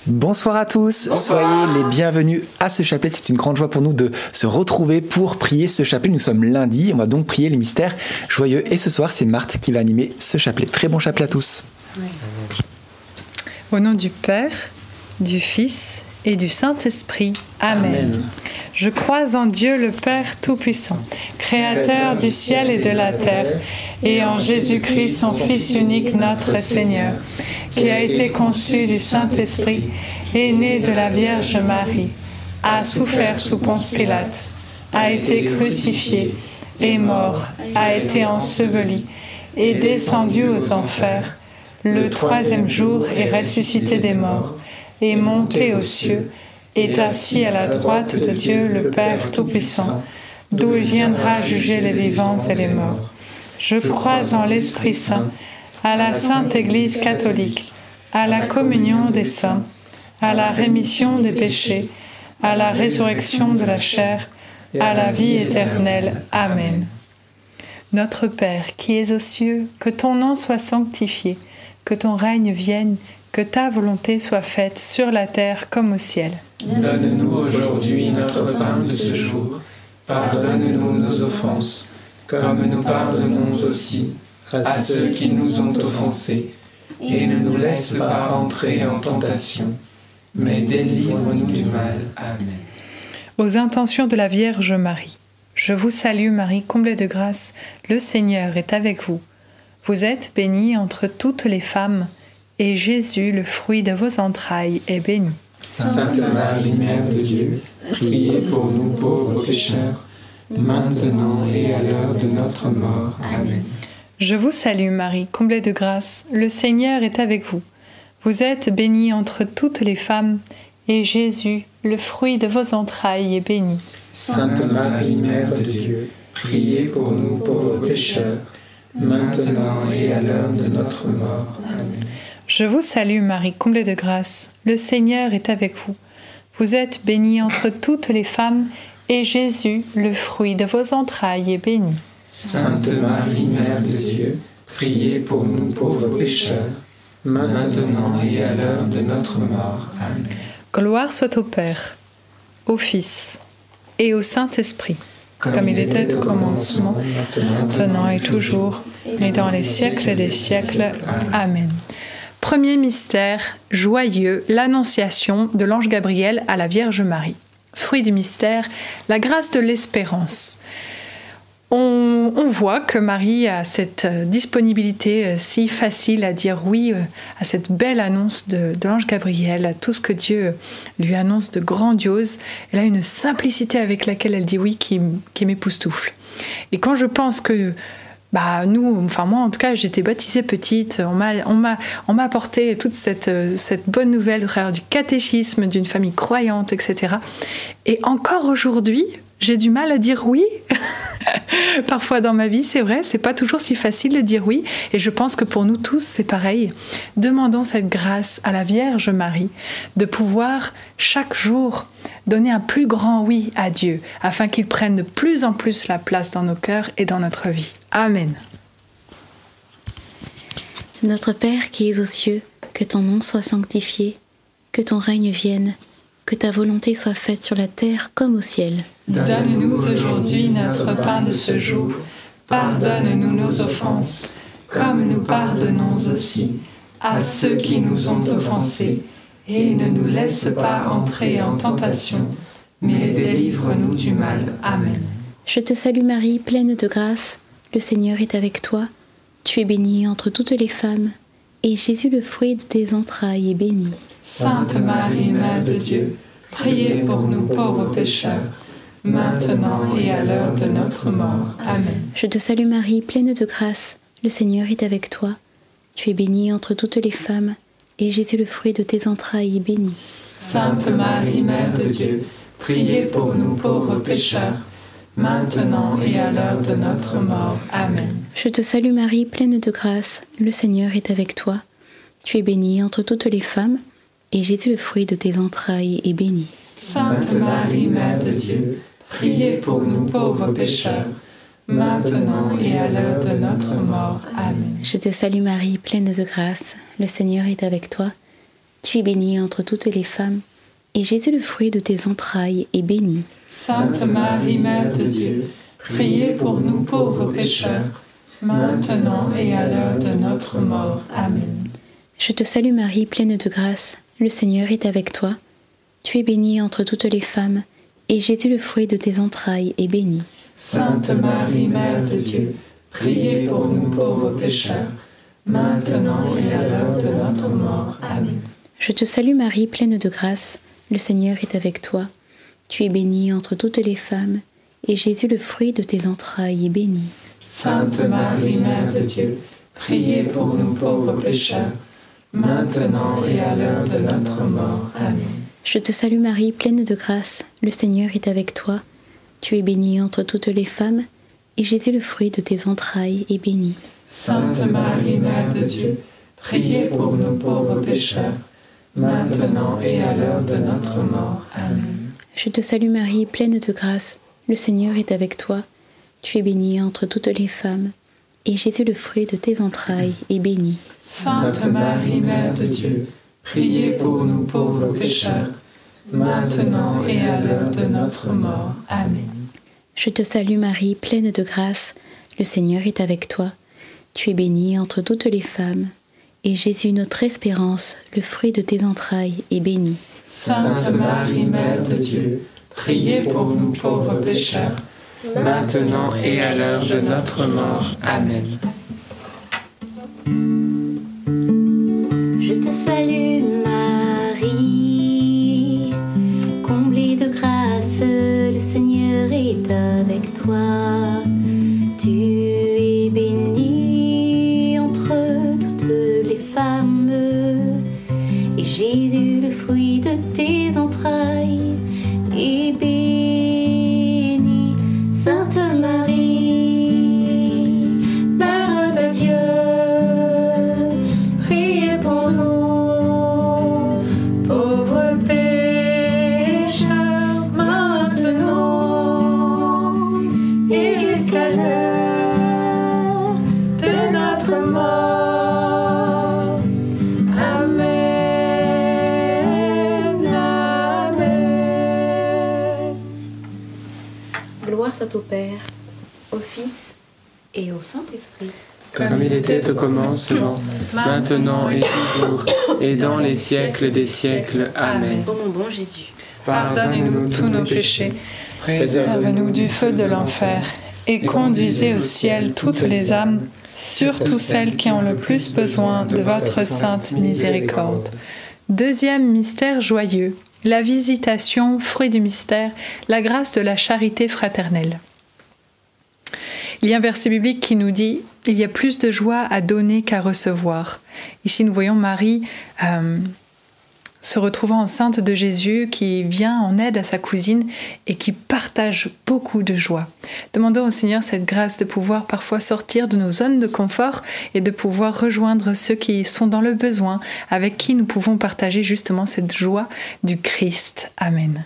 Bonsoir à tous, soyez les bienvenus à ce chapelet. C'est une grande joie pour nous de se retrouver pour prier ce chapelet. Nous sommes lundi, on va donc prier les mystères joyeux. Et ce soir, c'est Marthe qui va animer ce chapelet. Très bon chapelet à tous. Oui. Au nom du Père, du Fils et du Saint-Esprit. Amen. Je crois en Dieu le Père Tout-Puissant, Créateur du ciel et de la terre, et en Jésus-Christ, son Fils unique, notre Seigneur, qui a été conçu du Saint-Esprit, est né de la Vierge Marie, a souffert sous Ponce Pilate, a été crucifié, est mort, a été enseveli, est descendu aux enfers, le troisième jour est ressuscité des morts, est monté aux cieux, est assis à la droite de Dieu le Père Tout-Puissant, d'où il viendra juger les vivants et les morts. Je crois en l'Esprit Saint, à la Sainte Église catholique, à la communion des saints, à la rémission des péchés, à la résurrection de la chair, à la vie éternelle. Amen. Notre Père, qui es aux cieux, que ton nom soit sanctifié, que ton règne vienne, que ta volonté soit faite sur la terre comme au ciel. Donne-nous aujourd'hui notre pain de ce jour. Pardonne-nous nos offenses, comme nous pardonnons aussi à ceux qui nous ont offensés. Et ne nous laisse pas entrer en tentation, mais délivre-nous du mal. Amen. Aux intentions de la Vierge Marie, je vous salue Marie, comblée de grâce, le Seigneur est avec vous. Vous êtes bénie entre toutes les femmes, et Jésus, le fruit de vos entrailles, est béni. Sainte Marie, Mère de Dieu, priez pour nous pauvres pécheurs, maintenant et à l'heure de notre mort. Amen. Je vous salue Marie, comblée de grâce, le Seigneur est avec vous. Vous êtes bénie entre toutes les femmes, et Jésus, le fruit de vos entrailles, est béni. Sainte Marie, Mère de Dieu, priez pour nous pauvres pécheurs, maintenant et à l'heure de notre mort. Amen. Je vous salue Marie, comblée de grâce, le Seigneur est avec vous. Vous êtes bénie entre toutes les femmes, et Jésus, le fruit de vos entrailles, est béni. Sainte Marie, Mère de Dieu, priez pour nous pauvres pécheurs, maintenant et à l'heure de notre mort. Amen. Gloire soit au Père, au Fils et au Saint-Esprit, comme il était au commencement, maintenant et toujours, et dans les siècles des siècles. Amen. Premier mystère joyeux, l'annonciation de l'ange Gabriel à la Vierge Marie. Fruit du mystère, la grâce de l'espérance. On voit que Marie a cette disponibilité si facile à dire oui à cette belle annonce de l'ange Gabriel, à tout ce que Dieu lui annonce de grandiose. Elle a une simplicité avec laquelle elle dit oui qui m'époustoufle. Et quand je pense que moi en tout cas, j'étais baptisée petite, on m'a apporté toute cette bonne nouvelle au travers du catéchisme, d'une famille croyante, etc. Et encore aujourd'hui, j'ai du mal à dire oui. Parfois dans ma vie, c'est vrai, c'est pas toujours si facile de dire oui. Et je pense que pour nous tous, c'est pareil. Demandons cette grâce à la Vierge Marie de pouvoir chaque jour donner un plus grand oui à Dieu, afin qu'il prenne de plus en plus la place dans nos cœurs et dans notre vie. Amen. Notre Père qui es aux cieux, que ton nom soit sanctifié, que ton règne vienne, que ta volonté soit faite sur la terre comme au ciel. Donne-nous aujourd'hui notre pain de ce jour. Pardonne-nous nos offenses, comme nous pardonnons aussi à ceux qui nous ont offensés. Et ne nous laisse pas entrer en tentation, mais délivre-nous du mal. Amen. Je te salue Marie, pleine de grâce, le Seigneur est avec toi. Tu es bénie entre toutes les femmes, et Jésus, le fruit de tes entrailles, est béni. Sainte Marie, Mère de Dieu, priez pour nous pauvres pécheurs, maintenant et à l'heure de notre mort. Amen. Je te salue Marie, pleine de grâce, le Seigneur est avec toi. Tu es bénie entre toutes les femmes, et Jésus, le fruit de tes entrailles, est béni. Sainte Marie, Mère de Dieu, priez pour nous pauvres pécheurs, maintenant et à l'heure de notre mort. Amen. Je te salue Marie, pleine de grâce, le Seigneur est avec toi. Tu es bénie entre toutes les femmes, et Jésus, le fruit de tes entrailles, est béni. Sainte Marie, Mère de Dieu, priez pour nous pauvres pécheurs, maintenant et à l'heure de notre mort. Amen. Je te salue Marie, pleine de grâce, le Seigneur est avec toi. Tu es bénie entre toutes les femmes, et Jésus, le fruit de tes entrailles, est béni. Sainte Marie, Mère de Dieu, priez pour nous pauvres pécheurs, maintenant et à l'heure de notre mort. Amen. Je te salue Marie, pleine de grâce, le Seigneur est avec toi. Tu es bénie entre toutes les femmes, et Jésus, le fruit de tes entrailles, est béni. Sainte Marie, Mère de Dieu, priez pour nous pauvres pécheurs, maintenant et à l'heure de notre mort. Amen. Je te salue Marie, pleine de grâce, le Seigneur est avec toi. Tu es bénie entre toutes les femmes, et Jésus, le fruit de tes entrailles, est béni. Sainte Marie, Mère de Dieu, priez pour nous pauvres pécheurs, maintenant et à l'heure de notre mort. Amen. Je te salue Marie, pleine de grâce, le Seigneur est avec toi. Tu es bénie entre toutes les femmes, et Jésus, le fruit de tes entrailles, est béni. Sainte Marie, Mère de Dieu, priez pour nous pauvres pécheurs, maintenant et à l'heure de notre mort. Amen. Je te salue Marie, pleine de grâce, le Seigneur est avec toi. Tu es bénie entre toutes les femmes, et Jésus, le fruit de tes entrailles, est béni. Sainte Marie, Mère de Dieu, priez pour nous pauvres pécheurs, maintenant et à l'heure de notre mort. Amen. Je te salue Marie, pleine de grâce, le Seigneur est avec toi. Tu es bénie entre toutes les femmes, et Jésus, notre espérance, le fruit de tes entrailles, est béni. Sainte Marie, Mère de Dieu, priez pour nous pauvres pécheurs, maintenant et à l'heure de notre mort. Amen. Je te salue Marie, comblée de grâce, le Seigneur est avec toi. Tu es bénie entre toutes les femmes, et Jésus, le fruit de tes entrailles, est béni. Sainte Marie, Mère de Dieu, priez pour nous, pauvres pécheurs, maintenant et jusqu'à l'heure de notre mort. Amen, Amen. Gloire soit au Père, au Fils et au Saint-Esprit. Comme il était au commencement, maintenant et toujours, et dans les siècles des siècles. Amen. Ô mon bon Jésus, Pardonnez-nous tous nos péchés, préservez-nous du feu de l'enfer, et conduisez au ciel toutes les âmes, surtout celles qui ont le plus besoin de votre sainte miséricorde. Deuxième mystère joyeux, la visitation, fruit du mystère, la grâce de la charité fraternelle. Il y a un verset biblique qui nous dit « Il y a plus de joie à donner qu'à recevoir ». Ici, nous voyons Marie se retrouvant enceinte de Jésus, qui vient en aide à sa cousine et qui partage beaucoup de joie. Demandons au Seigneur cette grâce de pouvoir parfois sortir de nos zones de confort et de pouvoir rejoindre ceux qui sont dans le besoin, avec qui nous pouvons partager justement cette joie du Christ. Amen.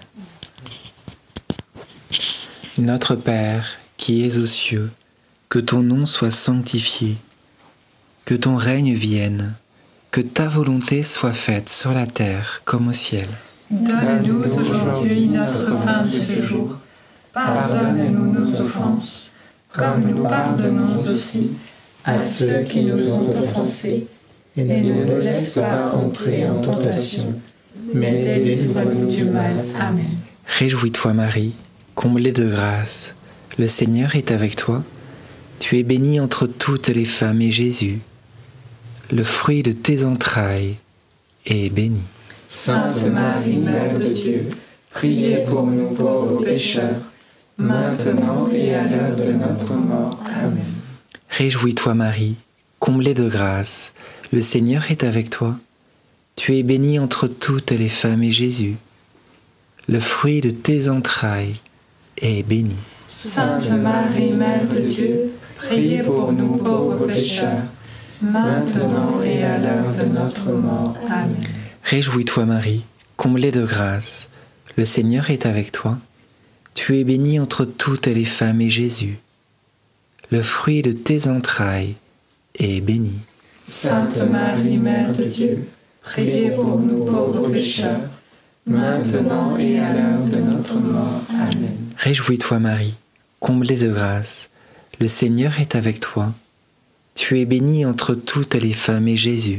Notre Père, qui es aux cieux, que ton nom soit sanctifié, que ton règne vienne, que ta volonté soit faite sur la terre comme au ciel. Donne-nous aujourd'hui notre pain de ce jour. Pardonne-nous nos offenses, comme nous pardonnons aussi à ceux qui nous ont offensés. Et ne nous laisse pas entrer en tentation, mais délivre-nous du mal. Amen. Réjouis-toi Marie, comblée de grâce, le Seigneur est avec toi. Tu es bénie entre toutes les femmes et Jésus, le fruit de tes entrailles, est béni. Sainte Marie, Mère de Dieu, priez pour nous pauvres pécheurs, maintenant et à l'heure de notre mort. Amen. Réjouis-toi Marie, comblée de grâce, le Seigneur est avec toi. Tu es bénie entre toutes les femmes et Jésus, le fruit de tes entrailles, est béni. Sainte Marie, Mère de Dieu, priez pour nous pauvres pécheurs, maintenant et à l'heure de notre mort. Amen. Réjouis-toi Marie, comblée de grâce, le Seigneur est avec toi. Tu es bénie entre toutes les femmes et Jésus, le fruit de tes entrailles, est béni. Sainte Marie, Mère de Dieu, priez pour nous pauvres pécheurs, maintenant et à l'heure de notre mort. Amen. Réjouis-toi Marie, comblée de grâce, le Seigneur est avec toi. Tu es bénie entre toutes les femmes et Jésus,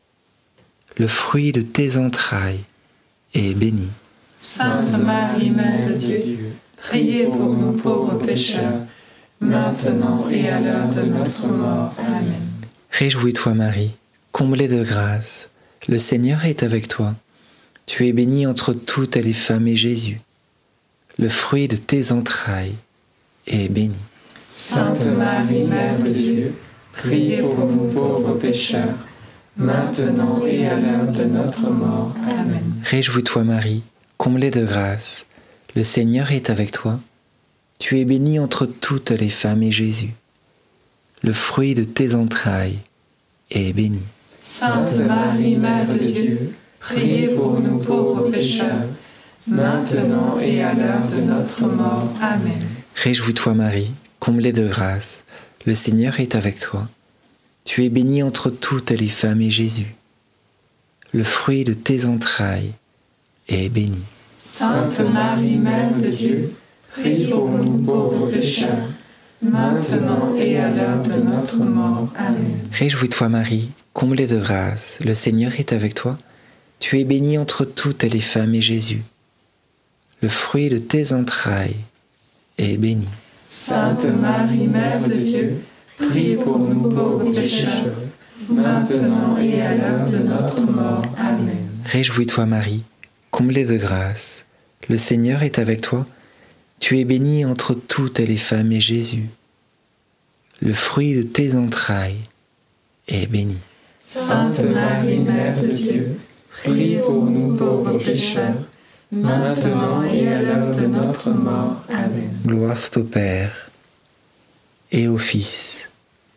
le fruit de tes entrailles, est béni. Sainte Marie, Mère de Dieu, priez pour nous pauvres pécheurs, maintenant et à l'heure de notre mort. Amen. Réjouis-toi Marie, comblée de grâce, le Seigneur est avec toi. Tu es bénie entre toutes les femmes et Jésus, le fruit de tes entrailles, est béni. Sainte Marie, Mère de Dieu, priez pour nous pauvres pécheurs, maintenant et à l'heure de notre mort. Amen. Réjouis-toi Marie, comblée de grâce, le Seigneur est avec toi. Tu es bénie entre toutes les femmes et Jésus, le fruit de tes entrailles, est béni. Sainte Marie, Mère de Dieu, priez pour nous pauvres pécheurs, maintenant et à l'heure de notre mort. Amen. Réjouis-toi Marie, comblée de grâce, le Seigneur est avec toi. Tu es bénie entre toutes les femmes et Jésus, le fruit de tes entrailles, est béni. Sainte Marie, Mère de Dieu, priez pour nous pauvres pécheurs, maintenant et à l'heure de notre mort. Amen. Réjouis-toi Marie, comblée de grâce, le Seigneur est avec toi. Tu es bénie entre toutes les femmes et Jésus, le fruit de tes entrailles, est béni. Sainte Marie, Mère de Dieu, priez pour nous pauvres pécheurs, maintenant et à l'heure de notre mort. Amen. Réjouis-toi Marie, comblée de grâce, le Seigneur est avec toi. Tu es bénie entre toutes les femmes et Jésus, le fruit de tes entrailles, est béni. Sainte Marie, Mère de Dieu, priez pour nous pauvres pécheurs, maintenant et à l'heure de notre mort. Amen. Gloire soit au Père, et au Fils,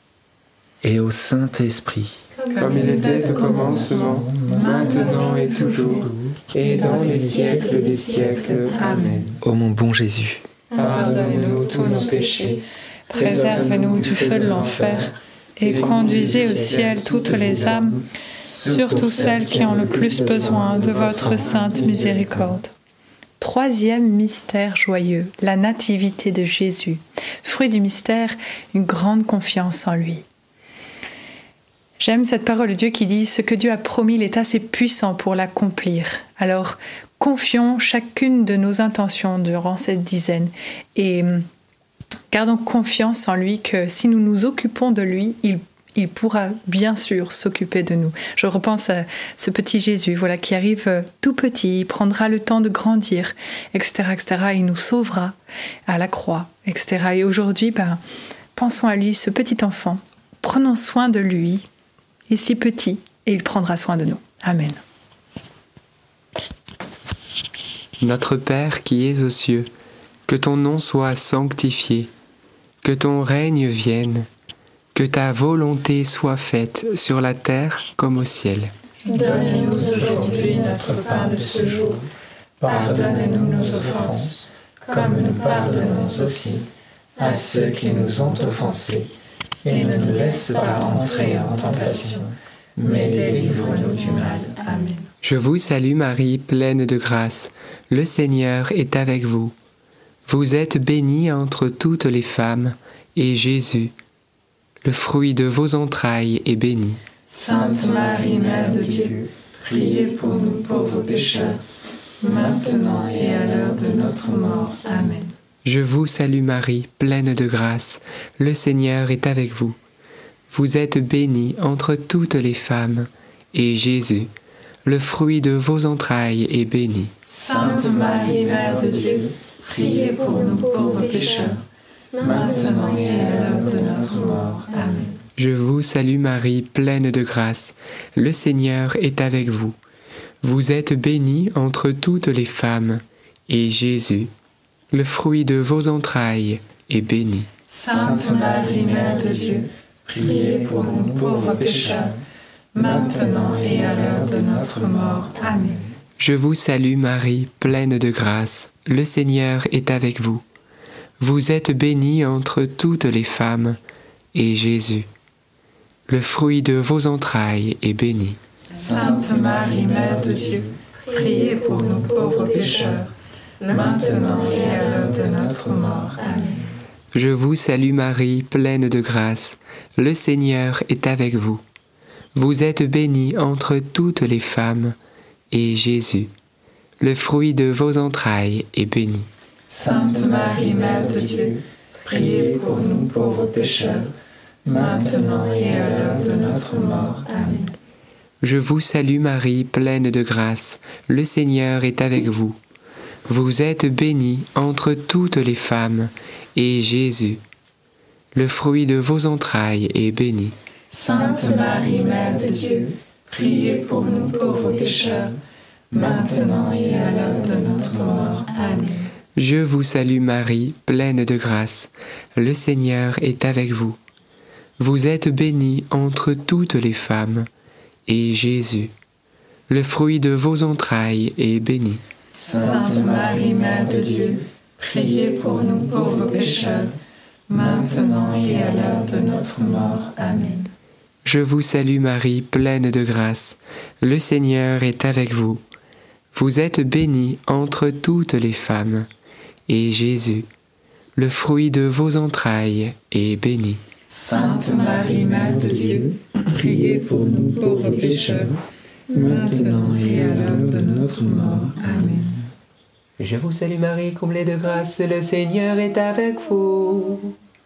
et au Saint-Esprit, Comme il était au commencement, maintenant et toujours, et dans les siècles des siècles. Amen. ô mon bon Jésus, Pardonne-nous tous nos péchés, Préservez-nous du feu de l'enfer et conduisez au ciel toutes les âmes, surtout celles qui ont le plus besoin de votre sainte miséricorde. Troisième mystère joyeux, la nativité de Jésus. Fruit du mystère, une grande confiance en lui. J'aime cette parole de Dieu qui dit « Ce que Dieu a promis, il est assez puissant pour l'accomplir ». Alors, confions chacune de nos intentions durant cette dizaine et gardons confiance en lui que si nous nous occupons de lui, il pourra bien sûr s'occuper de nous. Je repense à ce petit Jésus qui arrive tout petit, il prendra le temps de grandir, etc., etc. Il nous sauvera à la croix, etc. Et aujourd'hui, pensons à lui, ce petit enfant. Prenons soin de lui. Il est si petit et il prendra soin de nous. Amen. Notre Père qui es aux cieux, que ton nom soit sanctifié, que ton règne vienne, que ta volonté soit faite sur la terre comme au ciel. Donne-nous aujourd'hui notre pain de ce jour. Pardonne-nous nos offenses, comme nous pardonnons aussi à ceux qui nous ont offensés. Et ne nous laisse pas entrer en tentation, mais délivre-nous du mal. Amen. Je vous salue Marie, pleine de grâce. Le Seigneur est avec vous. Vous êtes bénie entre toutes les femmes, et Jésus, le fruit de vos entrailles, est béni. Sainte Marie, Mère de Dieu, priez pour nous pauvres pécheurs, maintenant et à l'heure de notre mort. Amen. Je vous salue Marie, pleine de grâce. Le Seigneur est avec vous. Vous êtes bénie entre toutes les femmes, et Jésus, le fruit de vos entrailles, est béni. Sainte Marie, Mère de Dieu, priez pour nous pauvres pécheurs, maintenant et à l'heure de notre mort. Amen. Je vous salue Marie, pleine de grâce. Le Seigneur est avec vous. Vous êtes bénie entre toutes les femmes, et Jésus, le fruit de vos entrailles, est béni. Sainte Marie, Mère de Dieu, priez pour nous pauvres pécheurs, maintenant et à l'heure de notre mort. Amen. Je vous salue Marie, pleine de grâce. Le Seigneur est avec vous. Vous êtes bénie entre toutes les femmes, et Jésus, le fruit de vos entrailles, est béni. Sainte Marie, Mère de Dieu, priez pour nous pauvres pécheurs, maintenant et à l'heure de notre mort. Amen. Je vous salue Marie, pleine de grâce. Le Seigneur est avec vous. Vous êtes bénie entre toutes les femmes, et Jésus, le fruit de vos entrailles, est béni. Sainte Marie, Mère de Dieu, priez pour nous pauvres pécheurs, maintenant et à l'heure de notre mort. Amen. Je vous salue Marie, pleine de grâce. Le Seigneur est avec vous. Vous êtes bénie entre toutes les femmes, et Jésus, le fruit de vos entrailles, est béni. Sainte Marie, Mère de Dieu, priez pour nous pauvres pécheurs, maintenant et à l'heure de notre mort. Amen. Je vous salue Marie, pleine de grâce. Le Seigneur est avec vous. Vous êtes bénie entre toutes les femmes, et Jésus, le fruit de vos entrailles, est béni. Sainte Marie, Mère de Dieu, priez pour nous pauvres pécheurs, maintenant et à l'heure de notre mort. Amen. Je vous salue Marie, pleine de grâce. Le Seigneur est avec vous. Vous êtes bénie entre toutes les femmes, et Jésus, le fruit de vos entrailles, est béni. Sainte Marie, Mère de Dieu, priez pour nous pauvres pécheurs, maintenant et à l'heure de notre mort. Amen. Je vous salue Marie, comblée de grâce, le Seigneur est avec vous.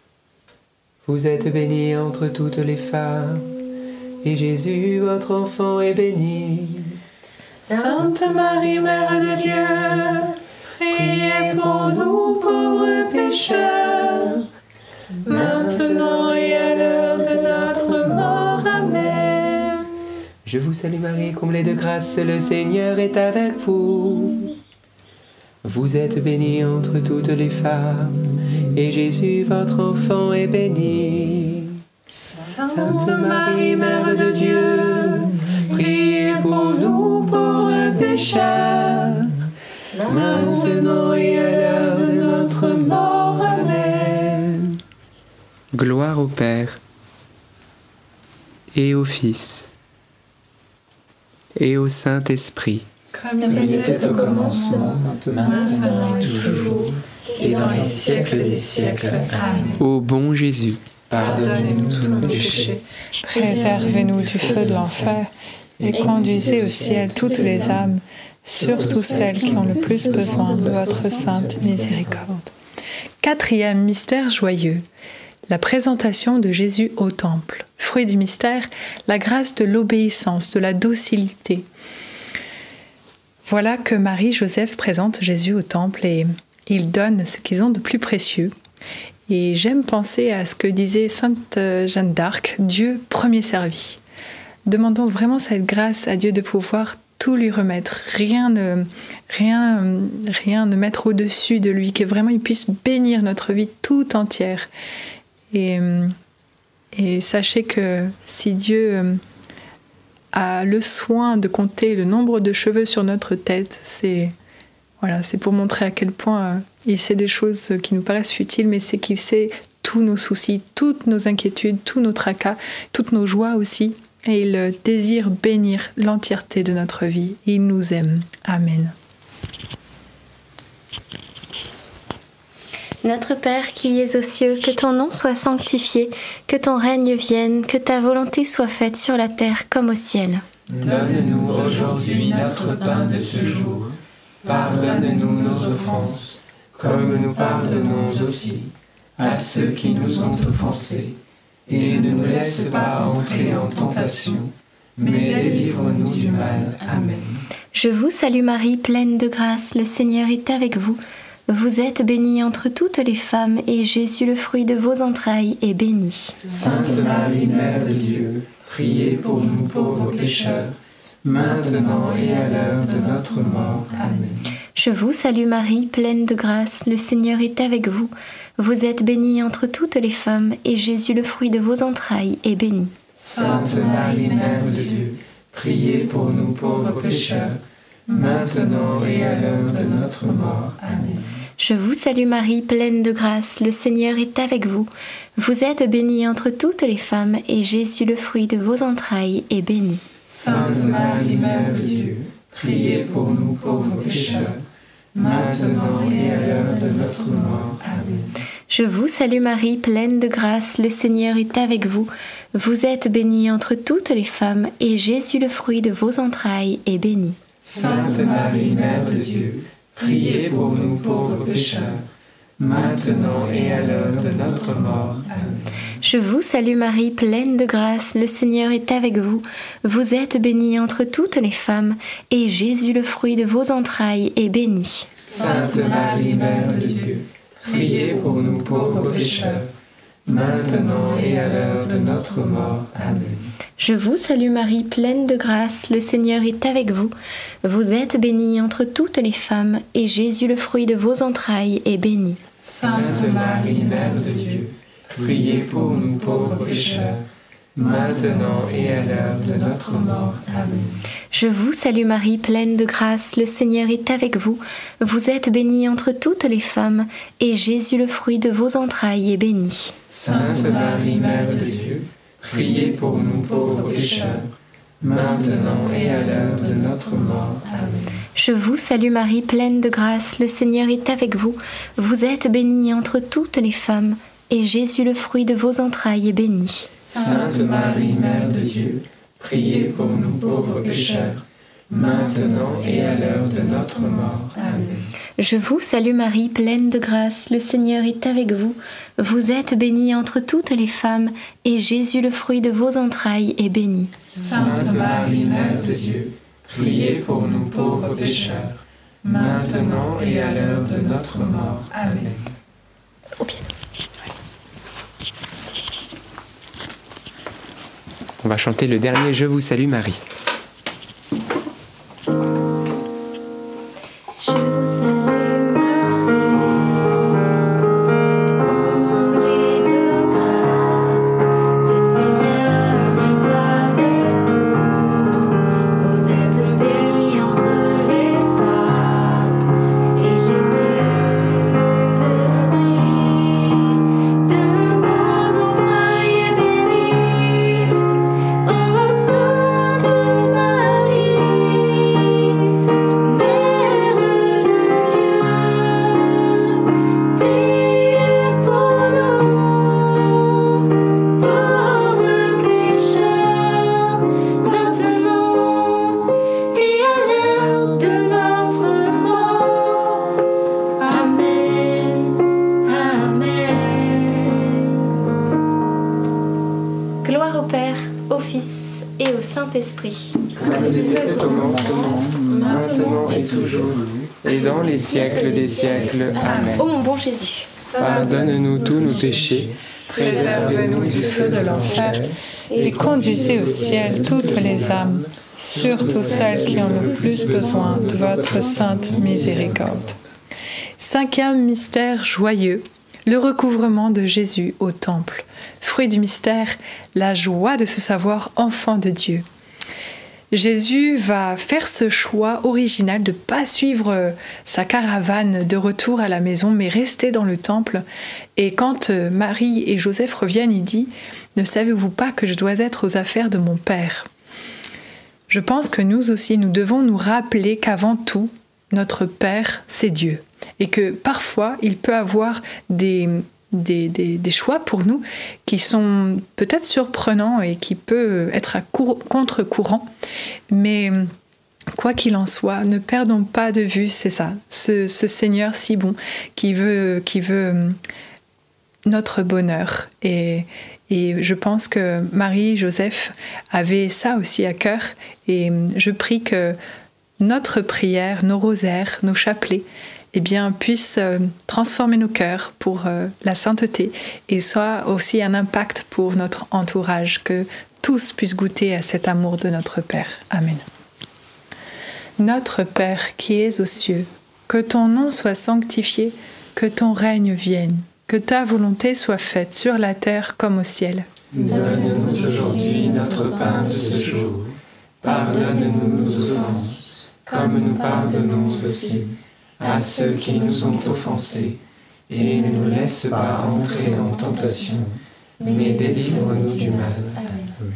Vous êtes bénie entre toutes les femmes, et Jésus, votre enfant, est béni. Sainte Marie, Mère de Dieu, priez pour nous pauvres pécheurs, maintenant et à l'heure de notre mort. Amen. Je vous salue Marie, comblée de grâce, le Seigneur est avec vous. Vous êtes bénie entre toutes les femmes, et Jésus, votre enfant, est béni. Sainte Marie, Mère de Dieu, priez pour nous pauvres pécheurs, maintenant et à l'heure de notre mort. Amen. Gloire au Père, et au Fils, et au Saint-Esprit. Comme il était au commencement, maintenant et toujours, et dans les siècles des siècles. Amen. Ô bon Jésus, Pardonnez-nous tous nos péchés, préservez-nous du feu de l'enfer, et conduisez au ciel toutes les âmes, surtout celles qui ont le plus besoin de votre sainte miséricorde. Quatrième mystère joyeux, la présentation de Jésus au temple. Fruit du mystère, la grâce de l'obéissance, de la docilité. Voilà que Marie-Joseph présente Jésus au temple et ils donnent ce qu'ils ont de plus précieux. Et j'aime penser à ce que disait Sainte Jeanne d'Arc, Dieu premier servi. Demandons vraiment cette grâce à Dieu de pouvoir tout lui remettre, rien ne mettre au-dessus de lui, que vraiment il puisse bénir notre vie tout entière. Et sachez que si Dieu a le soin de compter le nombre de cheveux sur notre tête, c'est pour montrer à quel point il sait des choses qui nous paraissent futiles, mais c'est qu'il sait tous nos soucis, toutes nos inquiétudes, tous nos tracas, toutes nos joies aussi. Et il désire bénir l'entièreté de notre vie. Il nous aime. Amen. Notre Père qui es aux cieux, que ton nom soit sanctifié, que ton règne vienne, que ta volonté soit faite sur la terre comme au ciel. Donne-nous aujourd'hui notre pain de ce jour. Pardonne-nous nos offenses, comme nous pardonnons aussi à ceux qui nous ont offensés. Et ne nous laisse pas entrer en tentation, mais délivre-nous du mal. Amen. Je vous salue Marie, pleine de grâce, le Seigneur est avec vous. Vous êtes bénie entre toutes les femmes, et Jésus, le fruit de vos entrailles, est béni. Sainte Marie, Mère de Dieu, priez pour nous pauvres pécheurs, maintenant et à l'heure de notre mort. Amen. Je vous salue Marie, pleine de grâce, le Seigneur est avec vous. Vous êtes bénie entre toutes les femmes, et Jésus, le fruit de vos entrailles, est béni. Sainte Marie, Mère de Dieu, priez pour nous pauvres pécheurs, maintenant et à l'heure de notre mort. Amen. Je vous salue Marie, pleine de grâce, le Seigneur est avec vous. Vous êtes bénie entre toutes les femmes, et Jésus, le fruit de vos entrailles, est béni. Sainte Marie, Mère de Dieu, priez pour nous pauvres pécheurs, maintenant et à l'heure de notre mort. Amen. Je vous salue Marie, pleine de grâce, le Seigneur est avec vous. Vous êtes bénie entre toutes les femmes, et Jésus, le fruit de vos entrailles, est béni. Sainte Marie, Mère de Dieu, priez pour nous pauvres pécheurs, maintenant et à l'heure de notre mort. Amen. Je vous salue Marie, pleine de grâce, le Seigneur est avec vous. Vous êtes bénie entre toutes les femmes, et Jésus, le fruit de vos entrailles, est béni. Sainte Marie, Mère de Dieu, priez pour nous pauvres pécheurs, maintenant et à l'heure de notre mort. Amen. Je vous salue Marie, pleine de grâce, le Seigneur est avec vous. Vous êtes bénie entre toutes les femmes, et Jésus, le fruit de vos entrailles, est béni. Sainte Marie, Mère de Dieu, priez pour nous pauvres pécheurs, maintenant et à l'heure de notre mort. Amen. Je vous salue Marie, pleine de grâce, le Seigneur est avec vous. Vous êtes bénie entre toutes les femmes, et Jésus, le fruit de vos entrailles, est béni. Sainte Marie, Mère de Dieu, priez pour nous pauvres pécheurs, maintenant et à l'heure de notre mort. Amen. Je vous salue Marie, pleine de grâce, le Seigneur est avec vous. Vous êtes bénie entre toutes les femmes, et Jésus, le fruit de vos entrailles, est béni. Sainte Marie, Mère de Dieu, priez pour nous pauvres pécheurs, maintenant et à l'heure de notre mort. Amen. Je vous salue Marie, pleine de grâce, le Seigneur est avec vous. Vous êtes bénie entre toutes les femmes, et Jésus, le fruit de vos entrailles, est béni. Sainte Marie, Mère de Dieu, priez pour nous pauvres pécheurs, maintenant et à l'heure de notre mort. Amen. Au pied. On va chanter le dernier Je vous salue Marie. Je vous salue Marie, comblée de grâce, le Seigneur est avec vous. Vous êtes bénie entre les femmes, et Jésus, le fruit de vos entrailles, est béni. Ô Sainte Marie, Mère de Dieu, priez pour nous, pauvres pécheurs, maintenant et à l'heure de notre mort. Amen, Amen. Gloire au Père, au Fils et au Saint-Esprit. Comme il était au commencement, maintenant et toujours, Et dans les siècles des siècles. Amen. Ô mon bon Jésus, Pardonne-nous tous nos péchés, Préservez-nous du feu de l'enfer et conduisez au ciel toutes les âmes, surtout celles qui ont le plus besoin de votre sainte miséricorde. 5e mystère joyeux, le recouvrement de Jésus au temple. Fruit du mystère, la joie de se savoir enfant de Dieu. Jésus va faire ce choix original de ne pas suivre sa caravane de retour à la maison, mais rester dans le temple. Et quand Marie et Joseph reviennent, il dit « Ne savez-vous pas que je dois être aux affaires de mon Père ?» Je pense que nous aussi, nous devons nous rappeler qu'avant tout, notre Père, c'est Dieu. Et que parfois, il peut avoir des choix pour nous qui sont peut-être surprenants et qui peuvent être à contre-courant. Mais quoi qu'il en soit, ne perdons pas de vue, c'est ça, ce Seigneur si bon qui veut notre bonheur. Et je pense que Marie et Joseph avaient ça aussi à cœur. Et je prie que notre prière, nos rosaires, nos chapelets, puissent transformer nos cœurs pour la sainteté et soit aussi un impact pour notre entourage, que tous puissent goûter à cet amour de notre Père. Amen. Notre Père qui es aux cieux, que ton nom soit sanctifié, que ton règne vienne, que ta volonté soit faite sur la terre comme au ciel. Donne-nous aujourd'hui notre pain de ce jour. Pardonne-nous nos offenses, comme nous pardonnons aussi à ceux qui nous ont offensés, et ne nous laisse pas entrer en tentation, mais délivre-nous du mal. Amen.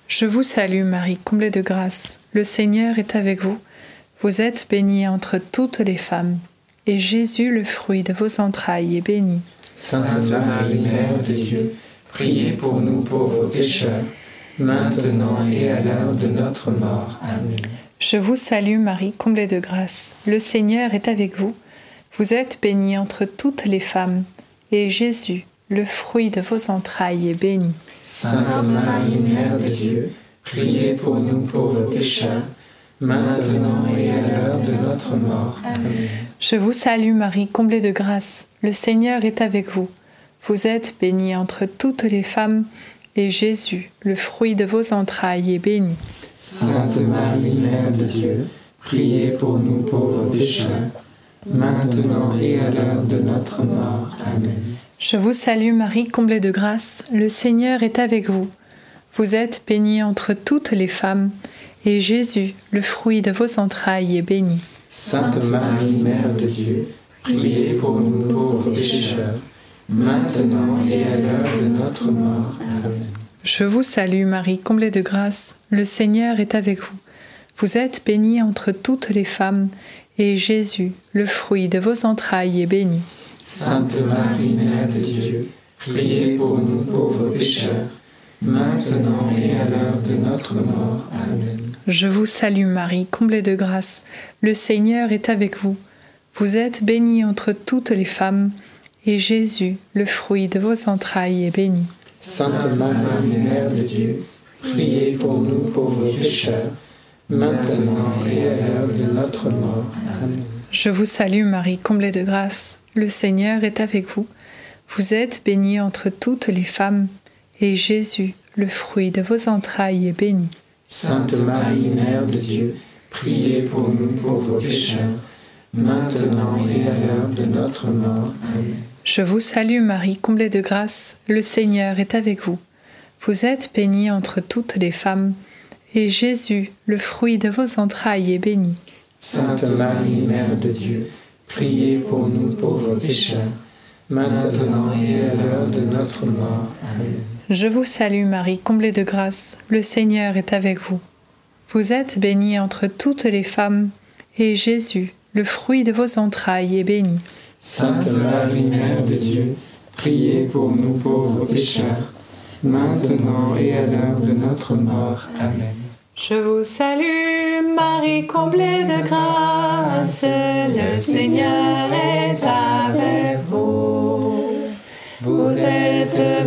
Je vous salue Marie, comblée de grâce. Le Seigneur est avec vous. Vous êtes bénie entre toutes les femmes. Et Jésus, le fruit de vos entrailles, est béni. Sainte Marie, Mère de Dieu, priez pour nous pauvres pécheurs, maintenant et à l'heure de notre mort. Amen. Je vous salue Marie, comblée de grâce. Le Seigneur est avec vous. Vous êtes bénie entre toutes les femmes. Et Jésus, le fruit de vos entrailles, est béni. Sainte Marie, Mère de Dieu, priez pour nous pauvres pécheurs, maintenant et à l'heure de notre mort. Amen. Je vous salue Marie, comblée de grâce. Le Seigneur est avec vous. Vous êtes bénie entre toutes les femmes, et Jésus, le fruit de vos entrailles, est béni. Sainte Marie, Mère de Dieu, priez pour nous pauvres pécheurs, maintenant et à l'heure de notre mort. Amen. Je vous salue Marie, comblée de grâce. Le Seigneur est avec vous. Vous êtes bénie entre toutes les femmes, et Jésus, le fruit de vos entrailles, est béni. Sainte Marie, Mère de Dieu, priez pour nous pauvres pécheurs, maintenant et à l'heure de notre mort. Amen. Je vous salue Marie, comblée de grâce. Le Seigneur est avec vous. Vous êtes bénie entre toutes les femmes, et Jésus, le fruit de vos entrailles, est béni. Sainte Marie, Mère de Dieu, priez pour nous pauvres pécheurs, maintenant et à l'heure de notre mort. Amen. Je vous salue Marie, comblée de grâce. Le Seigneur est avec vous. Vous êtes bénie entre toutes les femmes, et Jésus, le fruit de vos entrailles, est béni. Sainte Marie, Mère de Dieu, priez pour nous pauvres pécheurs, maintenant et à l'heure de notre mort. Amen. Je vous salue Marie, comblée de grâce. Le Seigneur est avec vous. Vous êtes bénie entre toutes les femmes, et Jésus, le fruit de vos entrailles, est béni. Sainte Marie, Mère de Dieu, priez pour nous pauvres pécheurs, maintenant et à l'heure de notre mort. Amen. Je vous salue Marie, comblée de grâce. Le Seigneur est avec vous. Vous êtes bénie entre toutes les femmes, et Jésus, le fruit de vos entrailles, est béni. Sainte Marie, Mère de Dieu, priez pour nous pauvres pécheurs, maintenant et à l'heure de notre mort. Amen. Je vous salue Marie, comblée de grâce. Le Seigneur est avec vous. Vous êtes bénie entre toutes les femmes, et Jésus, le fruit de vos entrailles, est béni. Sainte Marie, Mère de Dieu, priez pour nous pauvres pécheurs, maintenant et à l'heure de notre mort. Amen. Je vous salue Marie, comblée de grâce. Le Seigneur est avec vous. Vous êtes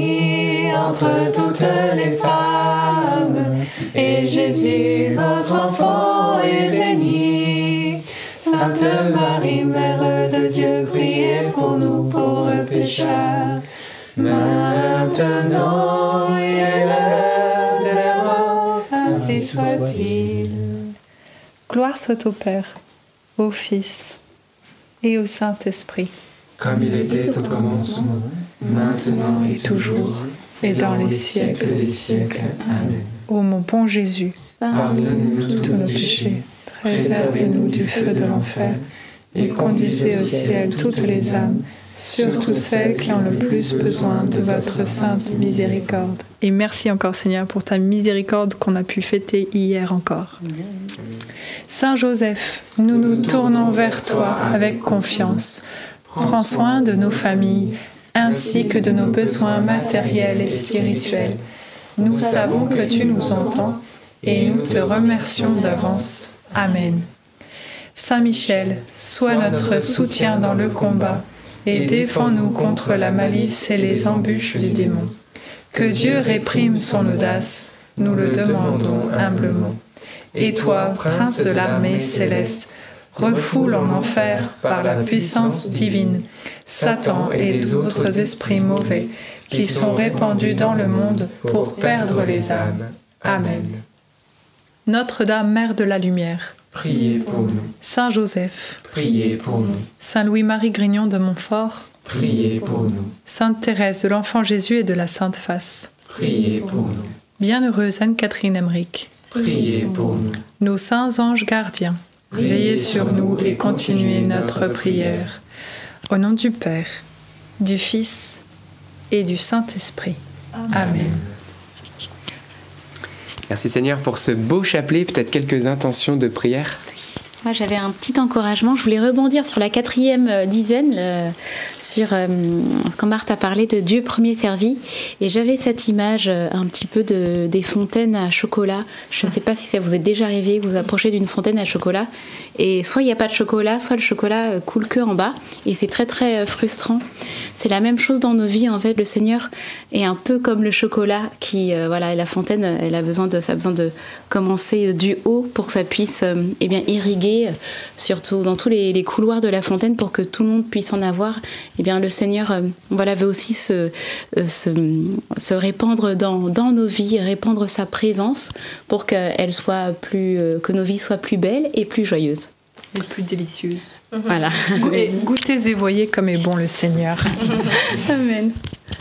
bénie entre toutes les femmes, et Jésus, votre enfant, est béni. Sainte Marie, Mère de Dieu, priez pour nous pauvres pécheurs, maintenant et à l'heure de la mort, ainsi soit-il. Gloire soit au Père, au Fils et au Saint-Esprit, comme il était au commencement, maintenant et toujours, et dans les siècles des siècles. Amen. Ô mon bon Jésus, Pardonne-nous tous nos péchés, préservez-nous du feu de l'enfer, et conduisez au ciel toutes les âmes, surtout celles qui ont le plus besoin de votre sainte miséricorde. Et merci encore Seigneur pour ta miséricorde qu'on a pu fêter hier encore. Saint Joseph, nous nous tournons vers toi avec confiance. Prends soin de nos familles, ainsi que de nos besoins matériels et spirituels. Nous savons que tu nous entends, et nous te remercions d'avance. Amen. Saint Michel, sois notre soutien dans le combat, et défends-nous contre la malice et les embûches du démon. Que Dieu réprime son audace, nous le demandons humblement. Et toi, prince de l'armée céleste, refoule en enfer par la puissance divine Satan et d'autres esprits mauvais qui sont répandus dans le monde pour perdre les âmes. Amen. Notre-Dame, Mère de la Lumière, priez pour nous. Saint Joseph, Priez pour nous. Saint Louis-Marie Grignon de Montfort, Priez pour nous. Sainte Thérèse de l'Enfant Jésus et de la Sainte Face, Priez pour nous. Bienheureuse Anne-Catherine Emmerich, Priez pour nous. nos saints anges gardiens, veillez sur nous et continuez notre prière. Au nom du Père, du Fils et du Saint-Esprit. Amen. Merci Seigneur pour ce beau chapelet, peut-être quelques intentions de prière. Moi, j'avais un petit encouragement. Je voulais rebondir sur la 4e dizaine, quand Marthe a parlé de Dieu premier servi. Et j'avais cette image un petit peu des fontaines à chocolat. Je ne sais pas si ça vous est déjà arrivé, vous approchez d'une fontaine à chocolat. Et soit il n'y a pas de chocolat, soit le chocolat coule que en bas. Et c'est très, très frustrant. C'est la même chose dans nos vies. En fait, le Seigneur est un peu comme le chocolat qui, la fontaine, ça a besoin de commencer du haut pour que ça puisse irriguer surtout dans tous les couloirs de la fontaine pour que tout le monde puisse en avoir. Eh bien, le Seigneur veut aussi se répandre dans nos vies, répandre sa présence pour que nos vies soient plus belles et plus joyeuses. Et plus délicieuse. Voilà. Goûtez et voyez comme est bon le Seigneur. Amen.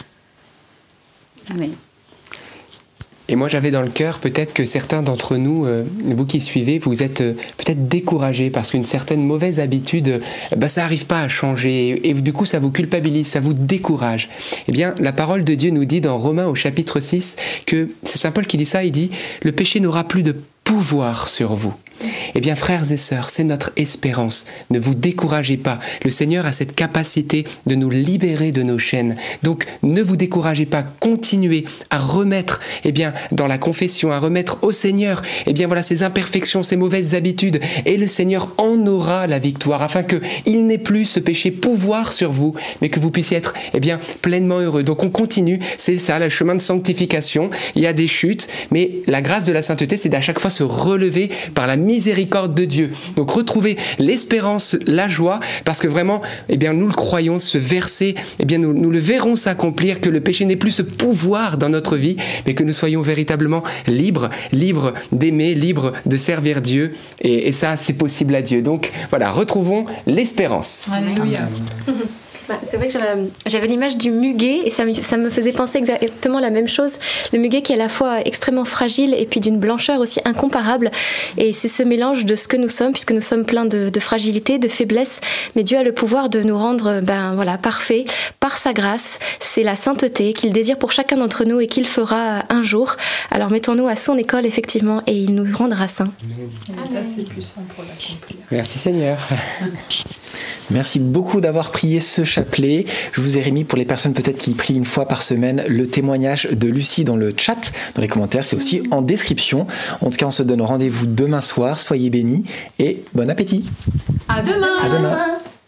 Amen. Et moi, j'avais dans le cœur peut-être que certains d'entre nous, vous qui suivez, vous êtes peut-être découragés parce qu'une certaine mauvaise habitude, ça n'arrive pas à changer et du coup, ça vous culpabilise, ça vous décourage. Eh bien, la parole de Dieu nous dit dans Romains au chapitre 6 que, c'est Saint Paul qui dit ça, il dit « Le péché n'aura plus de pouvoir sur vous ». Eh bien, frères et sœurs, c'est notre espérance. Ne vous découragez pas. Le Seigneur a cette capacité de nous libérer de nos chaînes. Donc, ne vous découragez pas. Continuez à remettre, dans la confession, à remettre au Seigneur, ces imperfections, ces mauvaises habitudes. Et le Seigneur en aura la victoire, afin qu'il n'ait plus ce péché pouvoir sur vous, mais que vous puissiez être, pleinement heureux. Donc, on continue. C'est ça, le chemin de sanctification. Il y a des chutes, mais la grâce de la sainteté, c'est d'à chaque fois se relever par la miséricorde de Dieu. Donc retrouver l'espérance, la joie, parce que vraiment, nous le croyons, ce verset, nous le verrons s'accomplir, que le péché n'ait plus ce pouvoir dans notre vie, mais que nous soyons véritablement libres d'aimer, libres de servir Dieu, et ça, c'est possible à Dieu. Donc voilà, retrouvons l'espérance. Alléluia. C'est vrai que j'avais l'image du muguet et ça me faisait penser exactement la même chose. Le muguet qui est à la fois extrêmement fragile et puis d'une blancheur aussi incomparable. Et c'est ce mélange de ce que nous sommes, puisque nous sommes pleins de fragilité, de faiblesse. Mais Dieu a le pouvoir de nous rendre parfaits par sa grâce. C'est la sainteté qu'il désire pour chacun d'entre nous et qu'il fera un jour. Alors mettons-nous à son école, effectivement, et il nous rendra saints. Il est assez puissant pour l'accomplir. Merci Seigneur. Merci beaucoup d'avoir prié ce chapelet. Je vous ai remis, pour les personnes peut-être qui prient une fois par semaine, le témoignage de Lucie dans le chat, dans les commentaires. C'est aussi en description. En tout cas, on se donne rendez-vous demain soir. Soyez bénis et bon appétit. À demain. À demain.